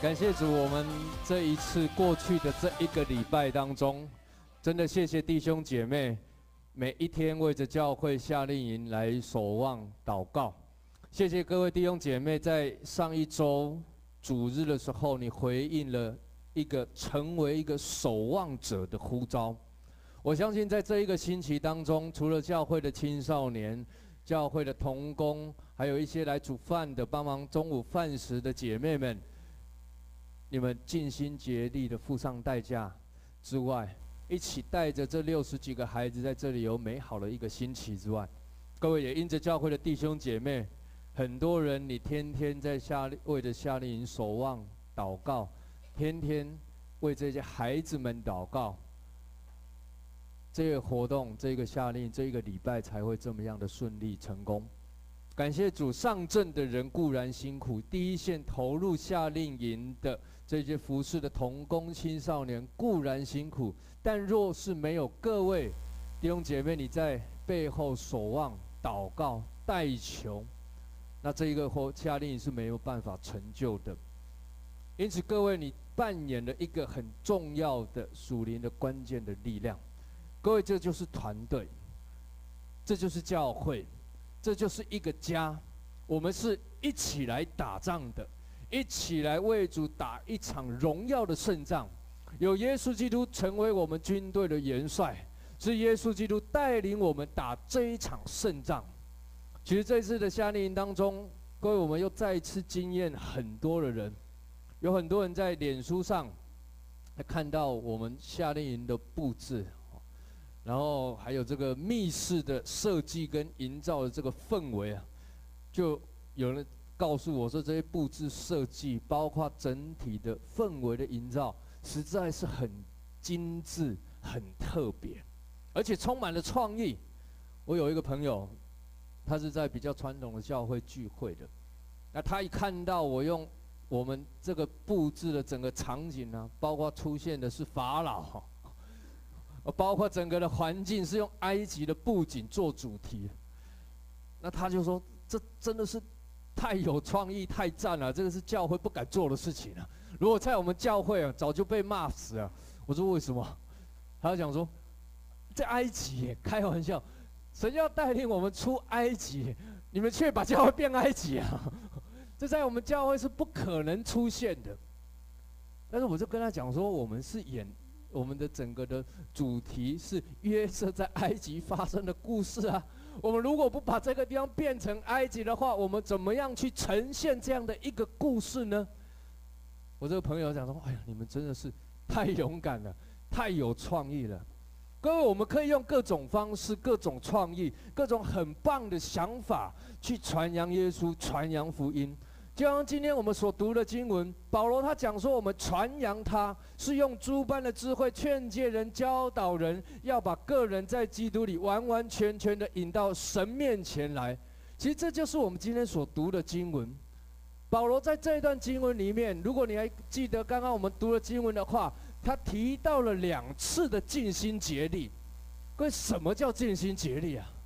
感谢主，我们这一次过去的这一个礼拜当中，真的谢谢弟兄姐妹，每一天为着教会夏令营来守望祷告。谢谢各位弟兄姐妹，在上一周主日的时候，你回应了一个成为一个守望者的呼召。我相信在这一个星期当中，除了教会的青少年、教会的同工，还有一些来煮饭的、帮忙中午饭食的姐妹们，你们尽心竭力的付上代价之外，一起带着这60几个孩子在这里有美好的一个星期之外，各位也因着教会的弟兄姐妹，很多人你天天在为着夏令营守望祷告，天天为这些孩子们祷告，这个活动、这个夏令营、这一个礼拜才会这么样的顺利成功。感谢主，上阵的人固然辛苦，第一线投入夏令营的这些服事的同工青少年固然辛苦，但若是没有各位弟兄姐妹你在背后守望、祷告、代求，那这一个夏令营是没有办法成就的。因此，各位，你扮演了一个很重要的属灵的关键的力量。各位，这就是团队，这就是教会，这就是一个家。我们是一起来打仗的，一起来为主打一场荣耀的胜仗。有耶稣基督成为我们军队的元帅，是耶稣基督带领我们打这一场胜仗。其实这次的夏令营当中，各位，我们又再一次经验很多的人，有很多人在脸书上看到我们夏令营的布置，然后还有这个密室的设计跟营造的这个氛围啊，就有人告诉我说，这些布置设计，包括整体的氛围的营造，实在是很精致、很特别，而且充满了创意。我有一个朋友，他是在比较传统的教会聚会的，那他一看到我用我们这个布置的整个场景啊，包括出现的是法老，包括整个的环境是用埃及的布景做主题，那他就说，这真的是太有创意、太赞了，这个是教会不敢做的事情啊！如果在我们教会啊，早就被骂死了。我说为什么？他讲说，在埃及耶，开玩笑，神要带领我们出埃及，你们却把教会变埃及啊！这在我们教会是不可能出现的。但是我就跟他讲说，我们的整个的主题是约瑟在埃及发生的故事啊。我们如果不把这个地方变成埃及的话，我们怎么样去呈现这样的一个故事呢？我这个朋友讲说，哎呀，你们真的是太勇敢了，太有创意了。各位，我们可以用各种方式、各种创意、各种很棒的想法去传扬耶稣、传扬福音。就像今天我们所读的经文，保罗他讲说，我们传扬他是用诸般的智慧劝诫人、教导人，要把个人在基督里完完全全的引到神面前来。其实这就是我们今天所读的经文。保罗在这一段经文里面，如果你还记得刚刚我们读的经文的话，他提到了2次的尽心竭力。各位，什么叫尽心竭力啊？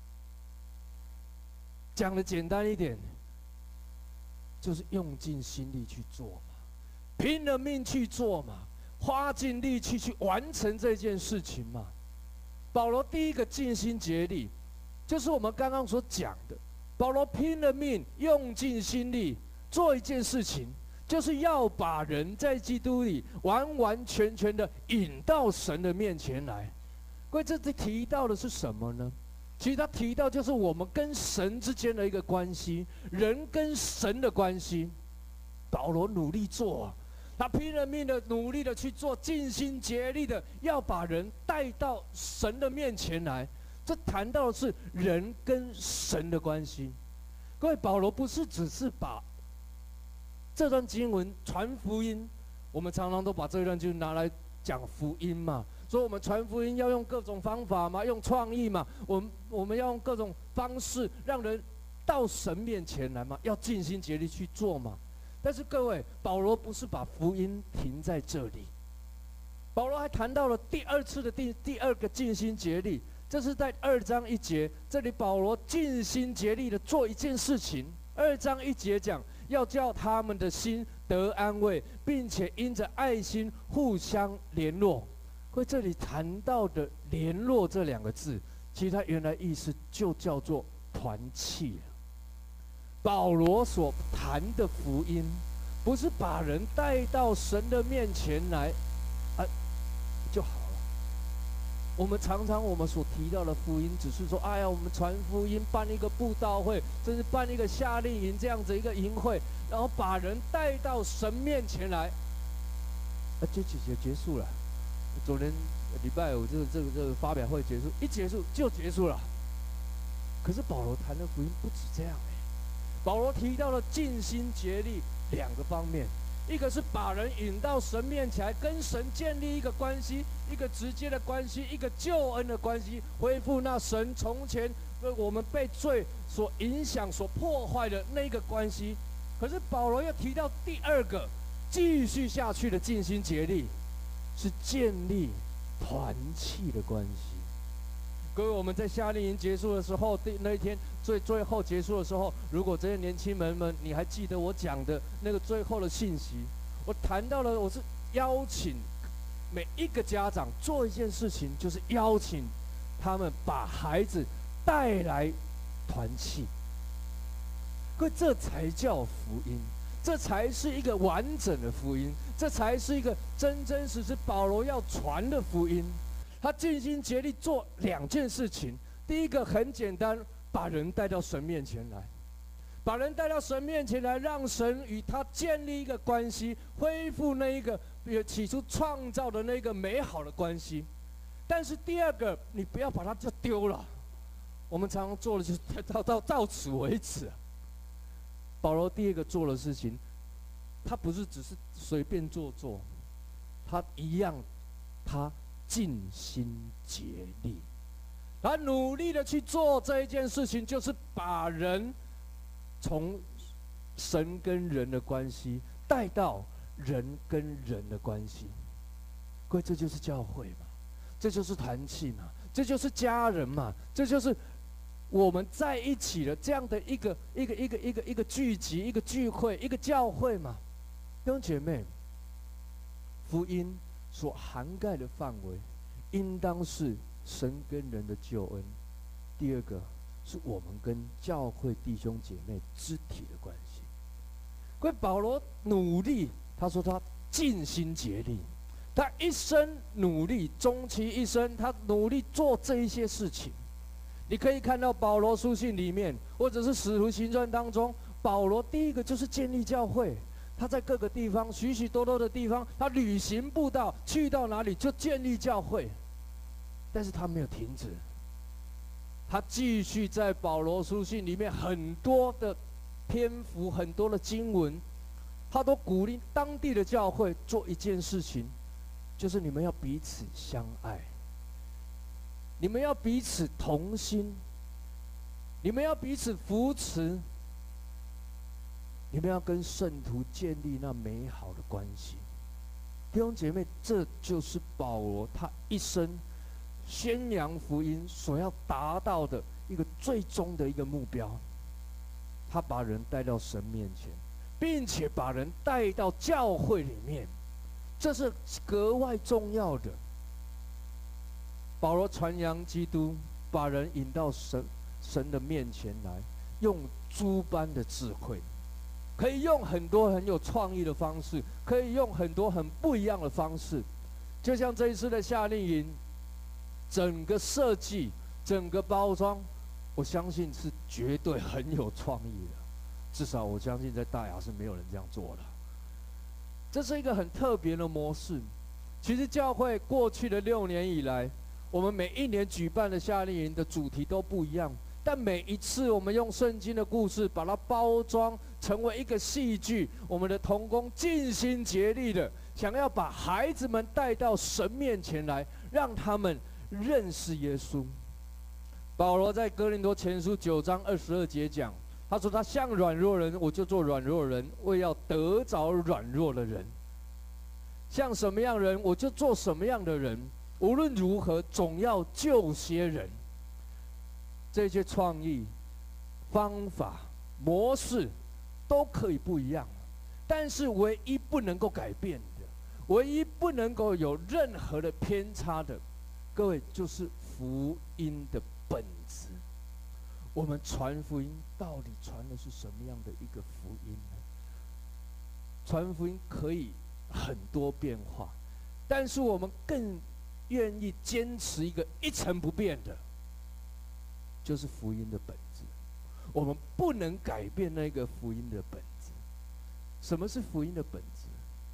讲的简单一点，就是用尽心力去做嘛，拼了命去做嘛，花尽力气去完成这件事情嘛。保罗第一个尽心竭力，就是我们刚刚所讲的，保罗拼了命，用尽心力做一件事情，就是要把人在基督里完完全全的引到神的面前来。各位，这提到的是什么呢？其实他提到就是我们跟神之间的一个关系，人跟神的关系。保罗努力做啊，他拼了命的努力的去做，尽心竭力的要把人带到神的面前来。这谈到的是人跟神的关系。各位，保罗不是只是把这段经文传福音，我们常常都把这段经文拿来讲福音嘛。说我们传福音要用各种方法嘛，用创意嘛，我们要用各种方式让人到神面前来嘛，要尽心竭力去做嘛。但是各位，保罗不是把福音停在这里，保罗还谈到了第2次的第2个尽心竭力，这是在2章1节，这里保罗尽心竭力的做一件事情。2章1节讲，要叫他们的心得安慰，并且因着爱心互相联络。各位，这里谈到的“联络”这两个字，其实它原来意思就叫做团契。保罗所谈的福音，不是把人带到神的面前来，就好了。我们常常我们所提到的福音，只是说，哎呀，我们传福音，办一个布道会，甚至办一个夏令营这样子一个营会，然后把人带到神面前来，就结束了。昨天礼拜五这个发表会结束，一结束就结束了。可是保罗谈的福音不止这样。保罗提到了尽心竭力两个方面，一个是把人引到神面前来，跟神建立一个关系，一个直接的关系，一个救恩的关系，恢复那神从前我们被罪所影响、所破坏的那个关系。可是保罗又提到第二个，继续下去的尽心竭力，是建立团契的关系。各位，我们在夏令营结束的时候，那一天最后结束的时候，如果这些年轻人们，你还记得我讲的那个最后的信息？我谈到了，我是邀请每一个家长做一件事情，就是邀请他们把孩子带来团契。各位，这才叫福音，这才是一个完整的福音，这才是一个真真实实保罗要传的福音。他尽心竭力做两件事情，第一个很简单，把人带到神面前来，把人带到神面前来，让神与他建立一个关系，恢复那一个起初创造的那个美好的关系。但是第二个，你不要把它就丢了。我们常常做的就是到此为止。保罗第二个做的事情，他不是只是随便做，他一样，他尽心竭力，他努力的去做这一件事情，就是把人从神跟人的关系带到人跟人的关系。各位，这就是教会嘛，这就是团契嘛，这就是家人嘛，这就是我们在一起的这样的一个聚集、一个聚会、一个教会嘛。弟兄姐妹，福音所涵盖的范围，应当是神跟人的救恩。第二个是我们跟教会弟兄姐妹肢体的关系。各位，保罗努力，他说他尽心竭力，他一生努力，终其一生，他努力做这一些事情。你可以看到保罗书信里面，或者是使徒行传当中，保罗第一个就是建立教会。他在各个地方，许许多多的地方，他旅行布道，去到哪里就建立教会。但是他没有停止，他继续在保罗书信里面很多的篇幅、很多的经文，他都鼓励当地的教会做一件事情，就是你们要彼此相爱，你们要彼此同心，你们要彼此扶持。你们要跟圣徒建立那美好的关系。弟兄姐妹，这就是保罗他一生宣扬福音所要达到的一个最终的一个目标。他把人带到神面前，并且把人带到教会里面，这是格外重要的。保罗传扬基督，把人引到神的面前来，用诸般的智慧，可以用很多很有创意的方式，可以用很多很不一样的方式。就像这一次的夏令营，整个设计、整个包装，我相信是绝对很有创意的。至少我相信在大雅是没有人这样做的。这是一个很特别的模式。其实教会过去的6年以来，我们每一年举办的夏令营的主题都不一样。但每一次我们用圣经的故事把它包装成为一个戏剧，我们的同工尽心竭力的想要把孩子们带到神面前来，让他们认识耶稣。保罗在哥林多前书9章22节讲，他说他像软弱人，我就做软弱人，为要得着软弱的人；像什么样人，我就做什么样的人。无论如何，总要救些人。这些创意、方法、模式都可以不一样， 但是唯一不能够改变的，唯一不能够有任何的偏差的，各位就是福音的本质。我们传福音到底传的是什么样的一个福音呢？传福音可以很多变化，但是我们更愿意坚持一个一成不变的，就是福音的本质。我们不能改变那个福音的本质。什么是福音的本质？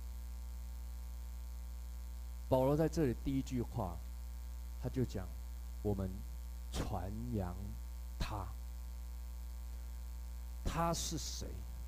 保罗在这里第一句话，他就讲：我们传扬他。他是谁？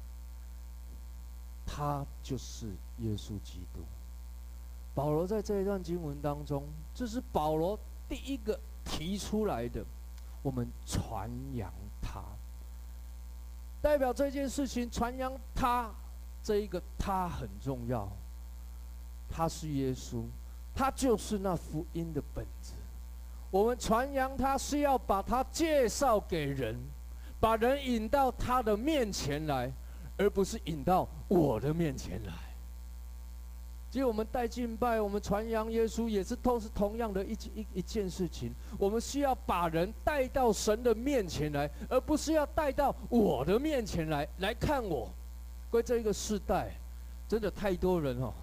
他就是耶稣基督。保罗在这一段经文当中，这是保罗第一个提出来的，我们传扬他，代表这件事情传扬他，这一个他很重要。他是耶稣，他就是那福音的本质。我们传扬他是要把他介绍给人，把人引到他的面前来，而不是引到我的面前来。其实我们带敬拜，我们传扬耶稣，也是都是同样的一件事情。我们需要把人带到神的面前来，而不是要带到我的面前来看我。各位，这一个世代，真的太多人哦，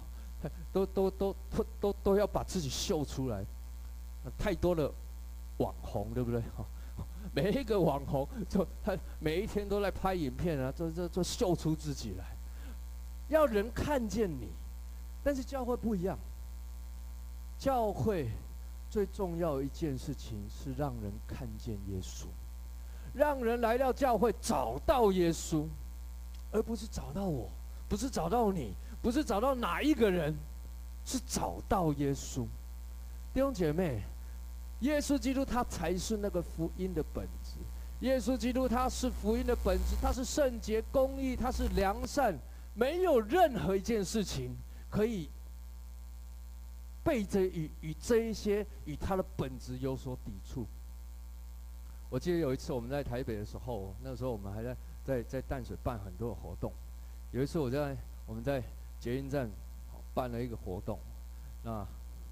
都要把自己秀出来，太多的网红，对不对？每一个网红，他每一天都在拍影片啊，就秀出自己来，要人看见你。但是教会不一样，教会最重要的一件事情是让人看见耶稣，让人来到教会找到耶稣，而不是找到我，不是找到你，不是找到哪一个人，是找到耶稣。弟兄姐妹，耶稣基督他才是那个福音的本质。耶稣基督他是福音的本质，他是圣洁、公义，他是良善，没有任何一件事情可以被与这一些与他的本质有所抵触。我记得有一次我们在台北的时候，那时候我们还在淡水办很多的活动。有一次我们在捷运站办了一个活动，那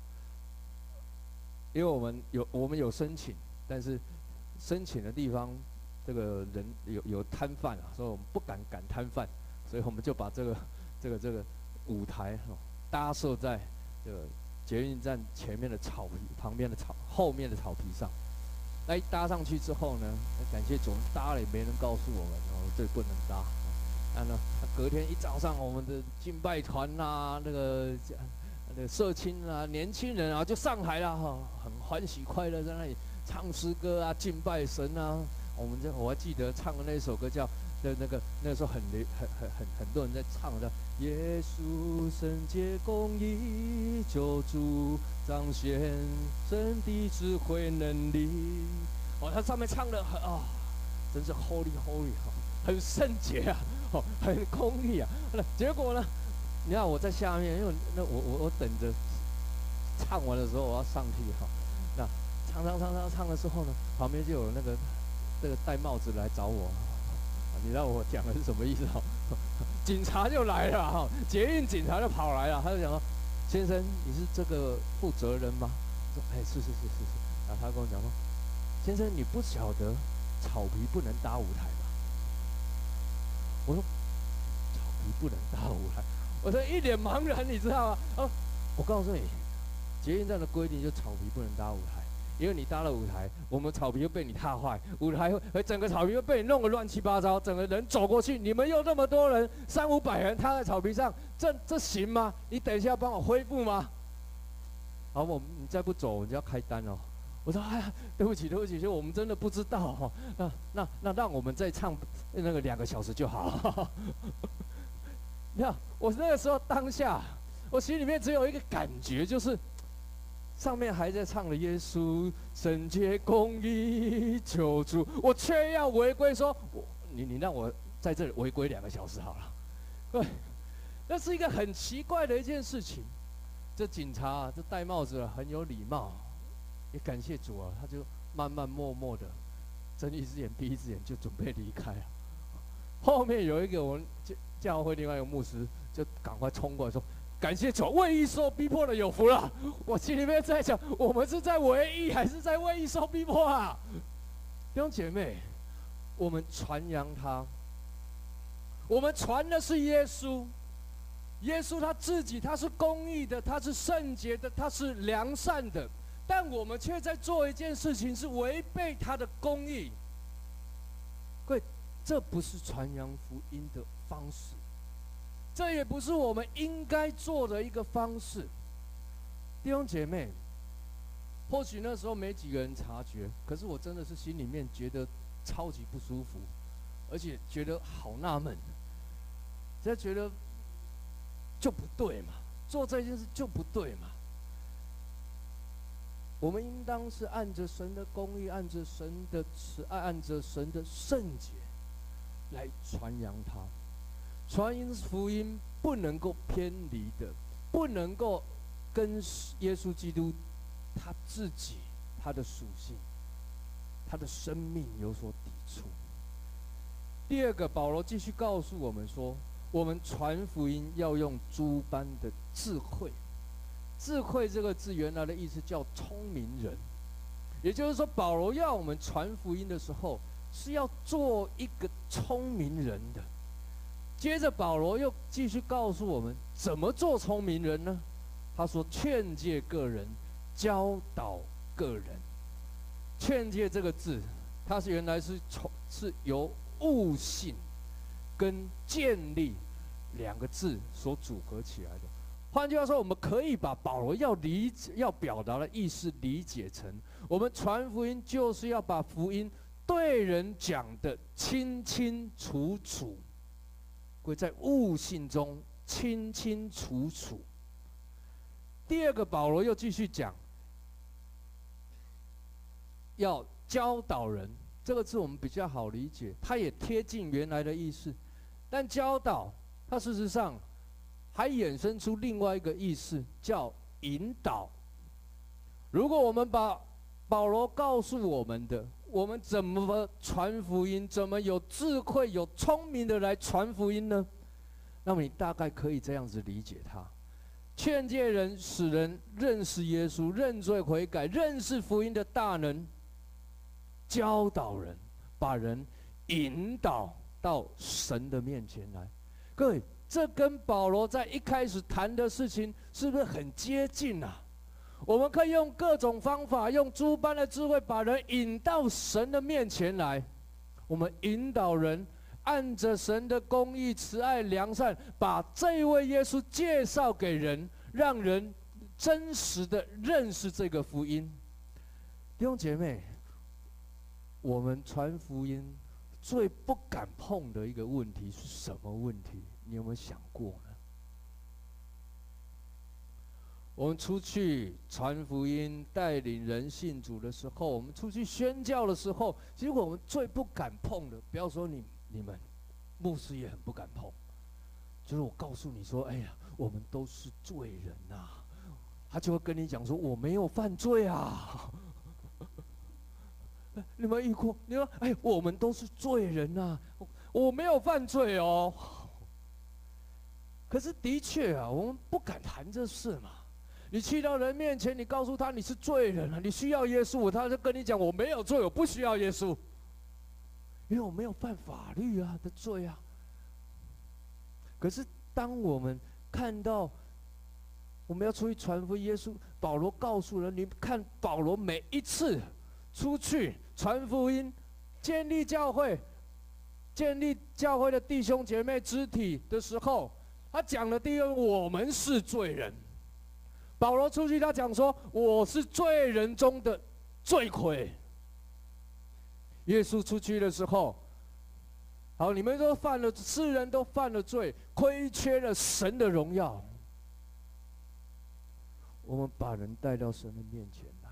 因为我们有申请，但是申请的地方这个人有摊贩啊，所以我们不敢摊贩，所以我们就把这个舞台搭设在这个捷运站前面的草皮旁边的后面的草皮上。那一搭上去之后呢，感谢主，搭了也没人告诉我们这不能搭。隔天一早上，我们的敬拜团啊，那个社青啊、年轻人啊就上台了很欢喜快乐在那里唱诗歌啊、敬拜神啊。我还记得唱的那首歌叫那时候很多人在唱的耶稣圣洁公义救主彰显神的智慧能力。他上面唱的真是 holy 很圣洁啊，很公义啊。结果呢，你看我在下面，因为我等着唱完的时候我要上去那唱的时候呢，旁边就有这个戴帽子来找我。你知道我讲的是什么意思警察就来了捷运警察就跑来了，他就讲说：“先生，你是这个负责人吗？”我说：“是。”然后他跟我讲说：“先生，你不晓得草皮不能搭舞台吗？”我说：“草皮不能搭舞台。”我说一脸茫然，你知道吗？我告诉你，捷运站的规定就是草皮不能搭舞台。因为你搭了舞台，我们草皮会被你踏坏，舞台会整个草皮会被你弄得乱七八糟，整个人走过去，你们又那么多人，300-500人踏在草皮上，这行吗？你等一下帮我恢复吗？好，你再不走，我就要开单哦。我说对不起，我们真的不知道那让我们再唱那个2个小时就好。你看我那个时候当下，我心里面只有一个感觉，就是。上面还在唱的耶稣圣洁公义救主，我却要违规说，你让我在这里违规2个小时好了。对，那是一个很奇怪的一件事情。这警察这戴帽子很有礼貌，也感谢主啊，他就慢慢默默的睁一只眼闭一只眼就准备离开了。后面有一个我们教会另外一个牧师就赶快冲过来说：“感谢主，为义受逼迫的有福了。”我心里面在想，我们是在为义还是在为义受逼迫啊？弟兄姐妹，我们传扬他，我们传的是耶稣。耶稣他自己，他是公义的，他是圣洁的，他是良善的，但我们却在做一件事情，是违背他的公义。各位，这不是传扬福音的方式，这也不是我们应该做的一个方式。弟兄姐妹，或许那时候没几个人察觉，可是我真的是心里面觉得超级不舒服，而且觉得好纳闷，就觉得就不对嘛，做这件事就不对嘛。我们应当是按着神的公义，按着神的慈爱，按着神的圣洁来传扬它。传福音不能够偏离的，不能够跟耶稣基督他自己他的属性、他的生命有所抵触。第二个，保罗继续告诉我们说，我们传福音要用诸般的智慧。智慧这个字原来的意思叫聪明人，也就是说，保罗要我们传福音的时候，是要做一个聪明人的。接着，保罗又继续告诉我们怎么做聪明人呢？他说：劝诫个人，教导个人。劝诫这个字，它是原来是由悟性跟建立两个字所组合起来的。换句话说，我们可以把保罗要表达的意思理解成：我们传福音就是要把福音对人讲的清清楚楚，会在悟性中清清楚楚。第二个，保罗又继续讲，要教导人。这个字我们比较好理解，它也贴近原来的意思，但教导它事实上还衍生出另外一个意思，叫引导。如果我们把保罗告诉我们的，我们怎么传福音，怎么有智慧、有聪明的来传福音呢？那么你大概可以这样子理解它：劝诫人，使人认识耶稣，认罪悔改，认识福音的大能；教导人，把人引导到神的面前来。各位，这跟保罗在一开始谈的事情是不是很接近啊？我们可以用各种方法，用诸般的智慧，把人引到神的面前来。我们引导人，按着神的公义、慈爱、良善，把这一位耶稣介绍给人，让人真实的认识这个福音。弟兄姐妹，我们传福音最不敢碰的一个问题是什么问题？你有没有想过呢？我们出去传福音、带领人信主的时候，我们出去宣教的时候，其实我们最不敢碰的，不要说你们，牧师也很不敢碰，就是我告诉你说，哎呀，我们都是罪人呐，他就会跟你讲说，我没有犯罪啊。你们遇过？你说，哎，我们都是罪人呐，我没有犯罪哦。可是的确啊，我们不敢谈这事嘛。你去到人面前，你告诉他你是罪人啊，你需要耶稣，他就跟你讲我没有罪，我不需要耶稣，因为我没有犯法律啊的罪啊。可是当我们看到我们要出去传福音，耶稣保罗告诉人，你看保罗每一次出去传福音，建立教会的弟兄姐妹肢体的时候，他讲的第一个，我们是罪人。保罗出去，他讲说：“我是罪人中的罪魁。”耶稣出去的时候，好，你们都犯了，世人都犯了罪，亏缺了神的荣耀。我们把人带到神的面前来，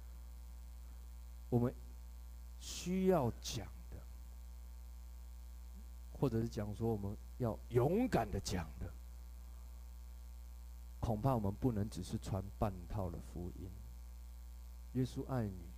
我们需要讲的，或者是讲说我们要勇敢的讲的。恐怕我们不能只是传半套的福音。耶稣爱你，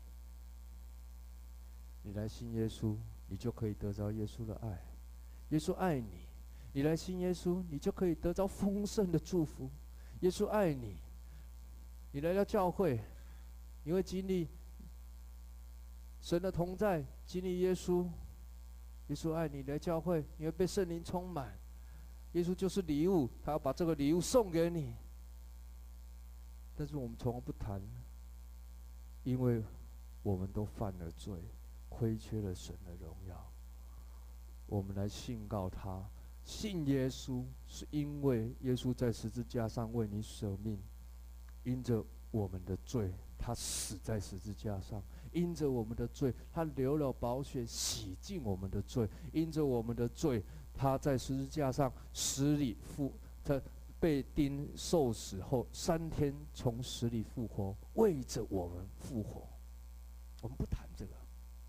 你来信耶稣，你就可以得着耶稣的爱。耶稣爱你， 你来信耶稣，你就可以得到丰盛的祝福。耶稣爱你，你来到教会，你会经历神的同在，经历耶稣。耶稣爱你，来教会，你会被圣灵充满。耶稣就是礼物，他要把这个礼物送给你。但是我们从来不谈，因为我们都犯了罪，亏缺了神的荣耀。我们来信告他，信耶稣，是因为耶稣在十字架上为你舍命，因着我们的罪，他死在十字架上；因着我们的罪，他流了宝血洗净我们的罪；因着我们的罪，他在十字架上他被钉受死后3天从死里复活，为着我们复活。我们不谈这个，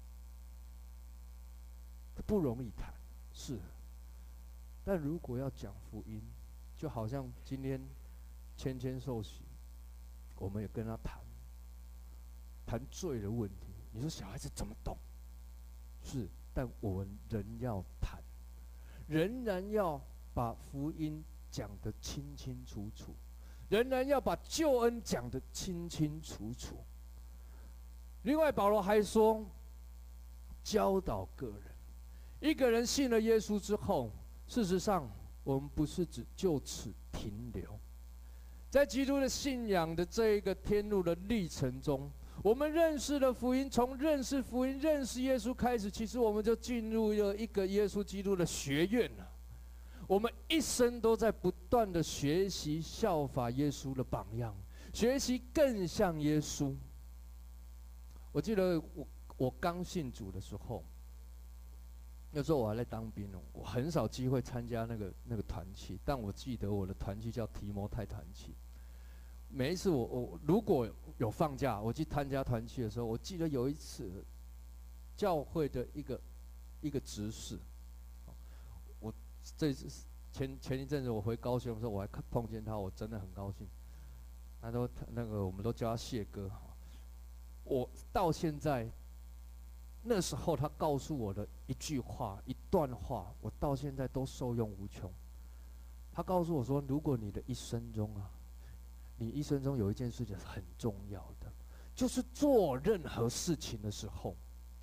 不容易谈，是。但如果要讲福音，就好像今天谦受洗，我们也跟他谈罪的问题。你说小孩子怎么懂？是，但我们仍要谈，仍然要把福音讲得清清楚楚，仍然要把救恩讲得清清楚楚。另外，保罗还说，教导个人。一个人信了耶稣之后，事实上，我们不是只就此停留，在基督的信仰的这一个天路的历程中，我们认识了福音，从认识福音、认识耶稣开始，其实我们就进入了一个耶稣基督的学院了。我们一生都在不断的学习效法耶稣的榜样，学习更像耶稣。我记得我刚信主的时候，那时候我还在当兵哦，我很少机会参加那个团契，但我记得我的团契叫提摩太团契。每一次我如果有放假，我去参加团契的时候，我记得有一次教会的一个执事，我这次前一阵子我回高雄的时候，我还碰见他，我真的很高兴。他说我们都叫他谢哥。我到现在，那时候他告诉我的一句话、一段话，我到现在都受用无穷。他告诉我说，如果你的一生中啊，你一生中有一件事情是很重要的，就是做任何事情的时候，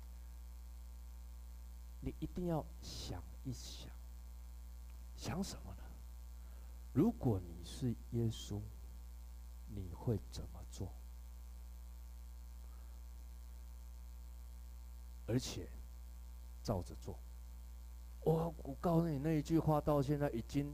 你一定要想一想，想什么呢？如果你是耶稣，你会怎么做？而且照着做。我告诉你，那一句话到现在已经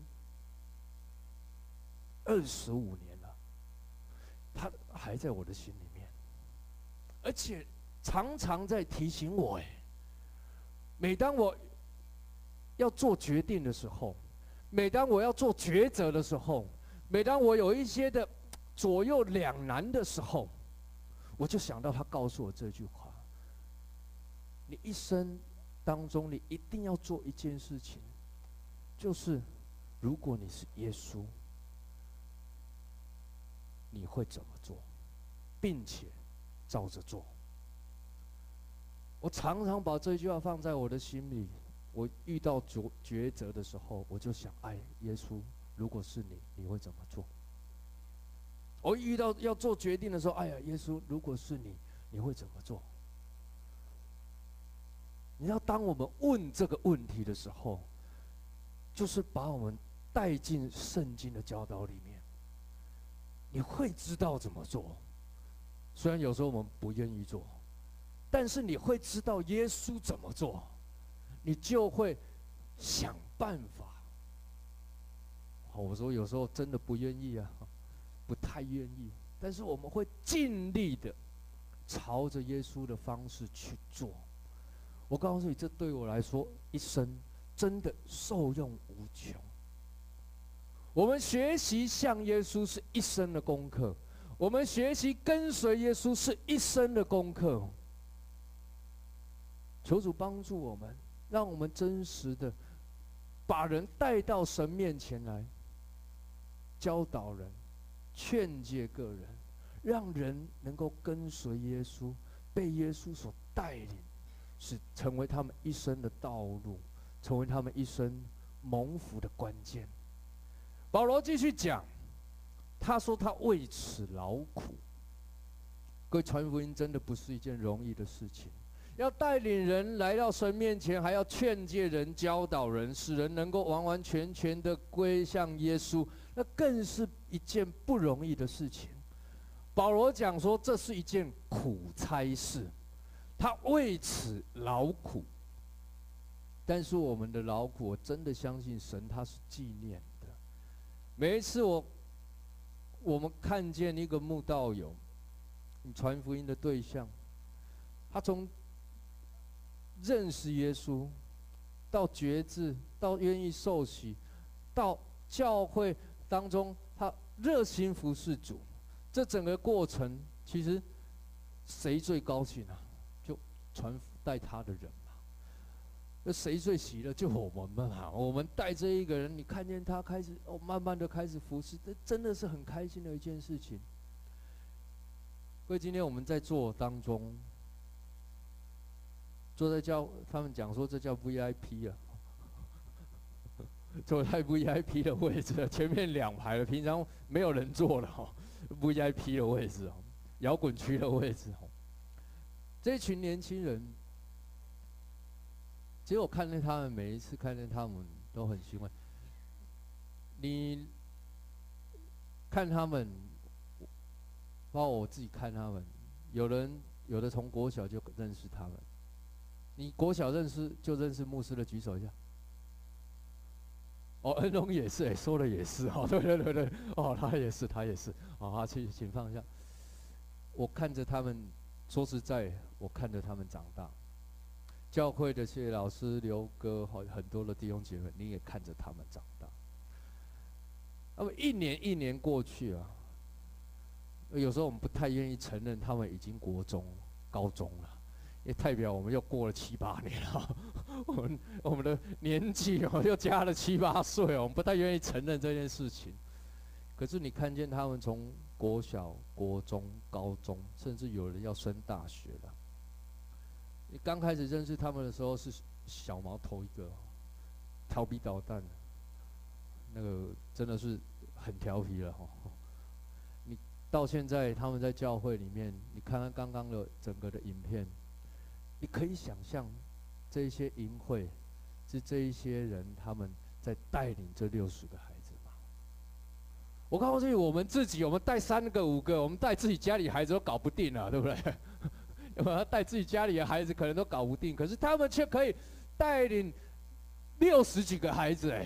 25年了，它还在我的心里面，而且常常在提醒我。每当我要做决定的时候，每当我要做抉择的时候，每当我有一些的左右两难的时候，我就想到他告诉我这句话。你一生当中，你一定要做一件事情，就是如果你是耶稣，你会怎么做，并且照着做。我常常把这句话放在我的心里。我遇到抉择的时候，我就想：哎，耶稣，如果是你，你会怎么做？我遇到要做决定的时候，哎呀，耶稣，如果是你，你会怎么做？你要当我们问这个问题的时候，就是把我们带进圣经的教导里面，你会知道怎么做。虽然有时候我们不愿意做，但是你会知道耶稣怎么做，你就会想办法。我说有时候真的不愿意啊，不太愿意，但是我们会尽力的朝着耶稣的方式去做。我告诉你，这对我来说一生真的受用无穷。我们学习像耶稣是一生的功课，我们学习跟随耶稣是一生的功课。求主帮助我们，让我们真实的把人带到神面前来，教导人，劝诫个人，让人能够跟随耶稣，被耶稣所带领，是成为他们一生的道路，成为他们一生蒙福的关键。保罗继续讲，他说他为此劳苦。各位，传福音真的不是一件容易的事情，要带领人来到神面前，还要劝诫人、教导人，使人能够完完全全的归向耶稣，那更是一件不容易的事情。保罗讲说，这是一件苦差事，他为此劳苦。但是我们的劳苦，我真的相信神他是纪念的。每一次我们看见一个慕道友，你传福音的对象，他从认识耶稣，到决志，到愿意受洗，到教会当中他热心服侍主，这整个过程，其实谁最高兴啊？就传带他的人嘛。那谁最喜乐？就我们嘛。我们带这一个人，你看见他开始慢慢的开始服侍，这真的是很开心的一件事情。所以今天我们在座当中，坐在他们讲说这叫 VIP 啊，坐在 VIP 的位置，前面2排了，平常没有人坐的VIP 的位置摇滚区的位置这群年轻人，其实我看见他们，每一次看见他们都很欣慰。你看他们，包括我自己看他们，有的从国小就认识他们。你国小认识牧师的举手一下。恩龙也是，说的也是对，他也是，请放下。我看着他们，说实在，我看着他们长大。教会的谢老师、刘哥，很多的弟兄姐妹，你也看着他们长大。那么一年一年过去啊，有时候我们不太愿意承认他们已经国中、高中了，也代表我们又过了7、8年了。我们的年纪又加了7、8岁，我们不太愿意承认这件事情。可是你看见他们从国小、国中、高中，甚至有人要升大学了。你刚开始认识他们的时候是小毛头一个，调皮捣蛋的，那个真的是很调皮了你到现在他们在教会里面，你看看刚刚的整个的影片，你可以想象这一些营会是这一些人他们在带领这60个孩子吗？我告诉你，我们自己，我们带3个、5个，我们带自己家里孩子都搞不定了，对不对？我们要带自己家里的孩子可能都搞不定，可是他们却可以带领60几个孩子，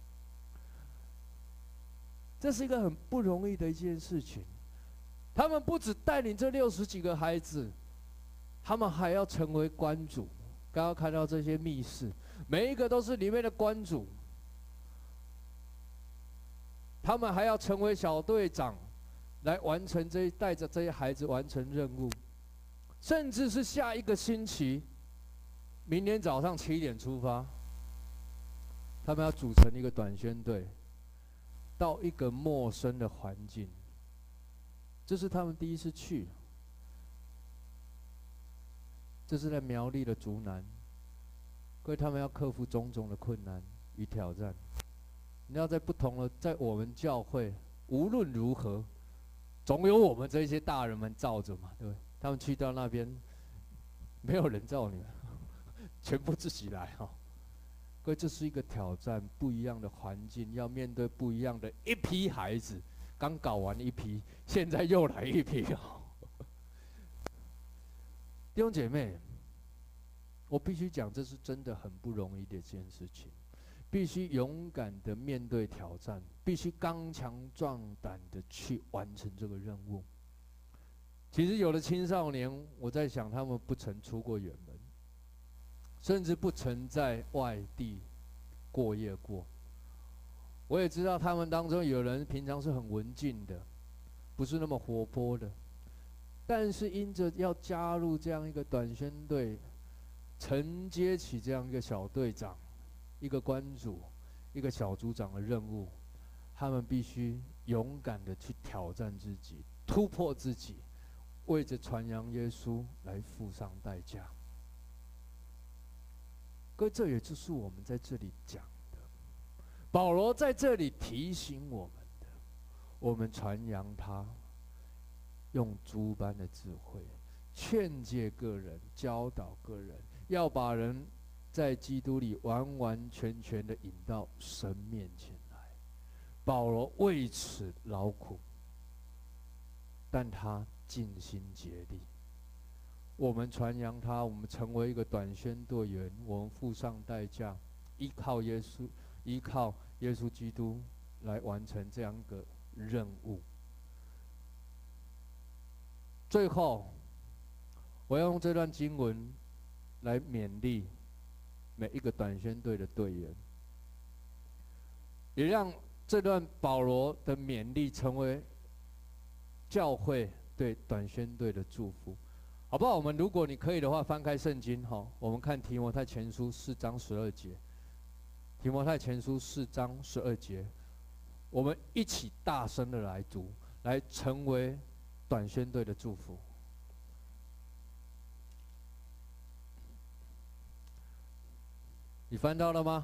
这是一个很不容易的一件事情。他们不只带领这60几个孩子，他们还要成为关主。刚刚看到这些密室，每一个都是里面的关主。他们还要成为小队长，来完成带着这些孩子完成任务。甚至是下一个星期，明天早上7点出发，他们要组成一个短宣队，到一个陌生的环境。这是他们第一次去，这是在苗栗的竹南。各位，他们要克服种种的困难与挑战。你要在不同的，在我们教会，无论如何，总有我们这些大人们罩着嘛，对不对？他们去到那边，没有人罩你们，全部自己来各位，这是一个挑战，不一样的环境，要面对不一样的一批孩子。刚搞完一批，现在又来一批弟兄姐妹，我必须讲，这是真的很不容易的一件事情，必须勇敢的面对挑战，必须刚强壮胆的去完成这个任务。其实有的青少年，我在想，他们不曾出过远门，甚至不曾在外地过夜过。我也知道他们当中有人平常是很文静的，不是那么活泼的，但是因着要加入这样一个短宣队，承接起这样一个小队长、一个关主、一个小组长的任务，他们必须勇敢的去挑战自己，突破自己，为着传扬耶稣来付上代价。各位，这也就是我们在这里讲的， 保罗在这里提醒我们的，我们传扬他，用诸般的智慧，劝诫个人，教导个人，要把人在基督里完完全全的引到神面前来。保罗为此劳苦，但他尽心竭力。我们传扬他，我们成为一个短宣队员，我们付上代价，依靠耶稣基督来完成这样一个任务。最后，我要用这段经文来勉励每一个短宣队的队员，也让这段保罗的勉励成为教会对短宣队的祝福。好不好？我们如果你可以的话，翻开圣经哈，我们看提摩太前书4章12节。提摩太前书4章12节，我们一起大声的来读，来成为短宣队的祝福。你翻到了吗？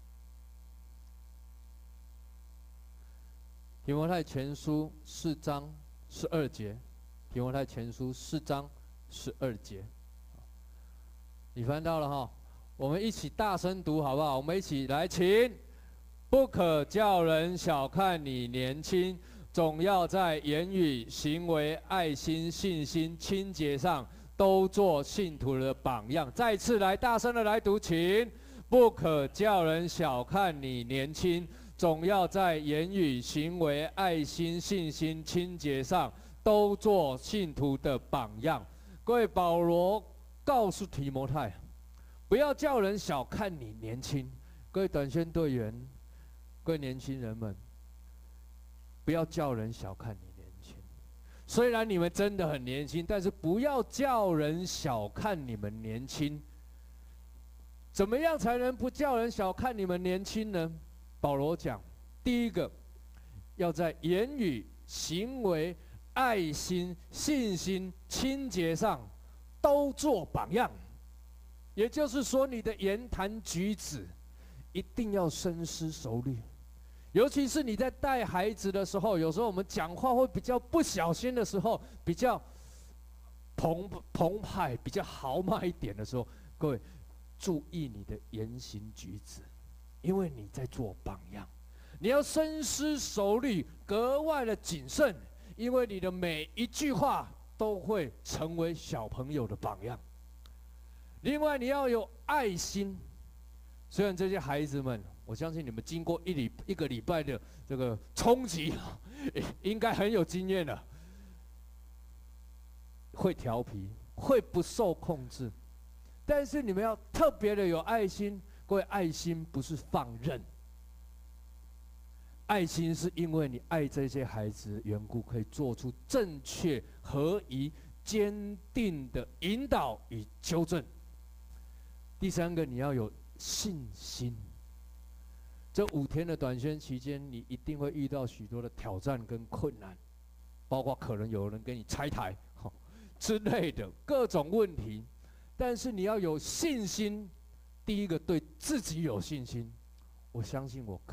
提摩太前书4章12节，提摩太前书4章12节，你翻到了哈？我们一起大声读好不好？我们一起来，请。不可叫人小看你年轻，总要在言语、行为、爱心、信心、清洁上，都做信徒的榜样。再次来，大声的来读，请。不可叫人小看你年轻，总要在言语、行为、爱心、信心、清洁上，都做信徒的榜样。各位，保罗告诉提摩太，不要叫人小看你年轻。各位短宣队员，各位年轻人们，不要叫人小看你年轻。虽然你们真的很年轻，但是不要叫人小看你们年轻。怎么样才能不叫人小看你们年轻呢？保罗讲，第一个，要在言语、行为、爱心、信心、清洁上都做榜样。也就是说，你的言谈举止一定要深思熟虑。尤其是你在带孩子的时候，有时候我们讲话会比较不小心的时候，比较澎湃、比较豪迈一点的时候，各位注意你的言行举止，因为你在做榜样。你要深思熟虑，格外的谨慎，因为你的每一句话都会成为小朋友的榜样。另外，你要有爱心。虽然这些孩子们，我相信你们经过一个礼拜的这个冲击，应该很有经验了，会调皮，会不受控制。但是你们要特别的有爱心，各位，爱心不是放任，爱心是因为你爱这些孩子的缘故，可以做出正确、合宜、坚定的引导与纠正。第三个，你要有信心。这5天的短宣期间，你一定会遇到许多的挑战跟困难，包括可能有人跟你拆台之类的各种问题。但是你要有信心，第一个对自己有信心，我相信我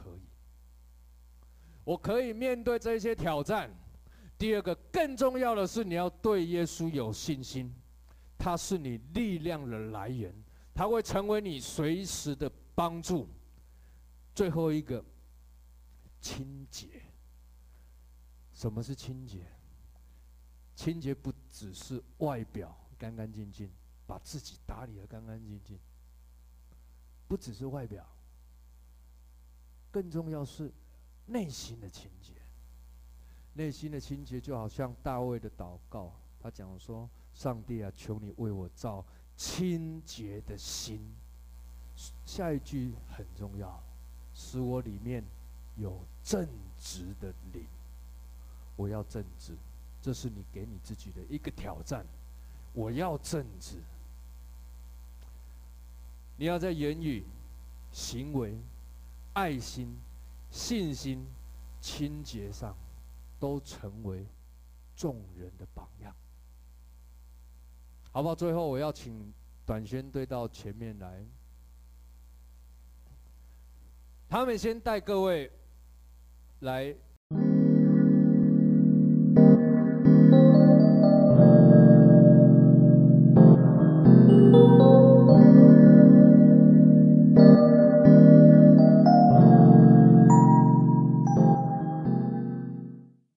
可以面对这些挑战。第二个，更重要的是你要对耶稣有信心，他是你力量的来源，他会成为你随时的帮助。最后一个，清洁。什么是清洁？清洁不只是外表干干净净，把自己打理得干干净净，不只是外表，更重要是内心的清洁。内心的清洁就好像大卫的祷告，他讲说：“上帝啊，求你为我造清洁的心。”下一句很重要，使我里面有正直的灵。我要正直，这是你给你自己的一个挑战。我要正直。你要在言语、行为、爱心、信心、清洁上，都成为众人的榜样，好不好？最后，我要请短宣队到前面来。 他们先带各位来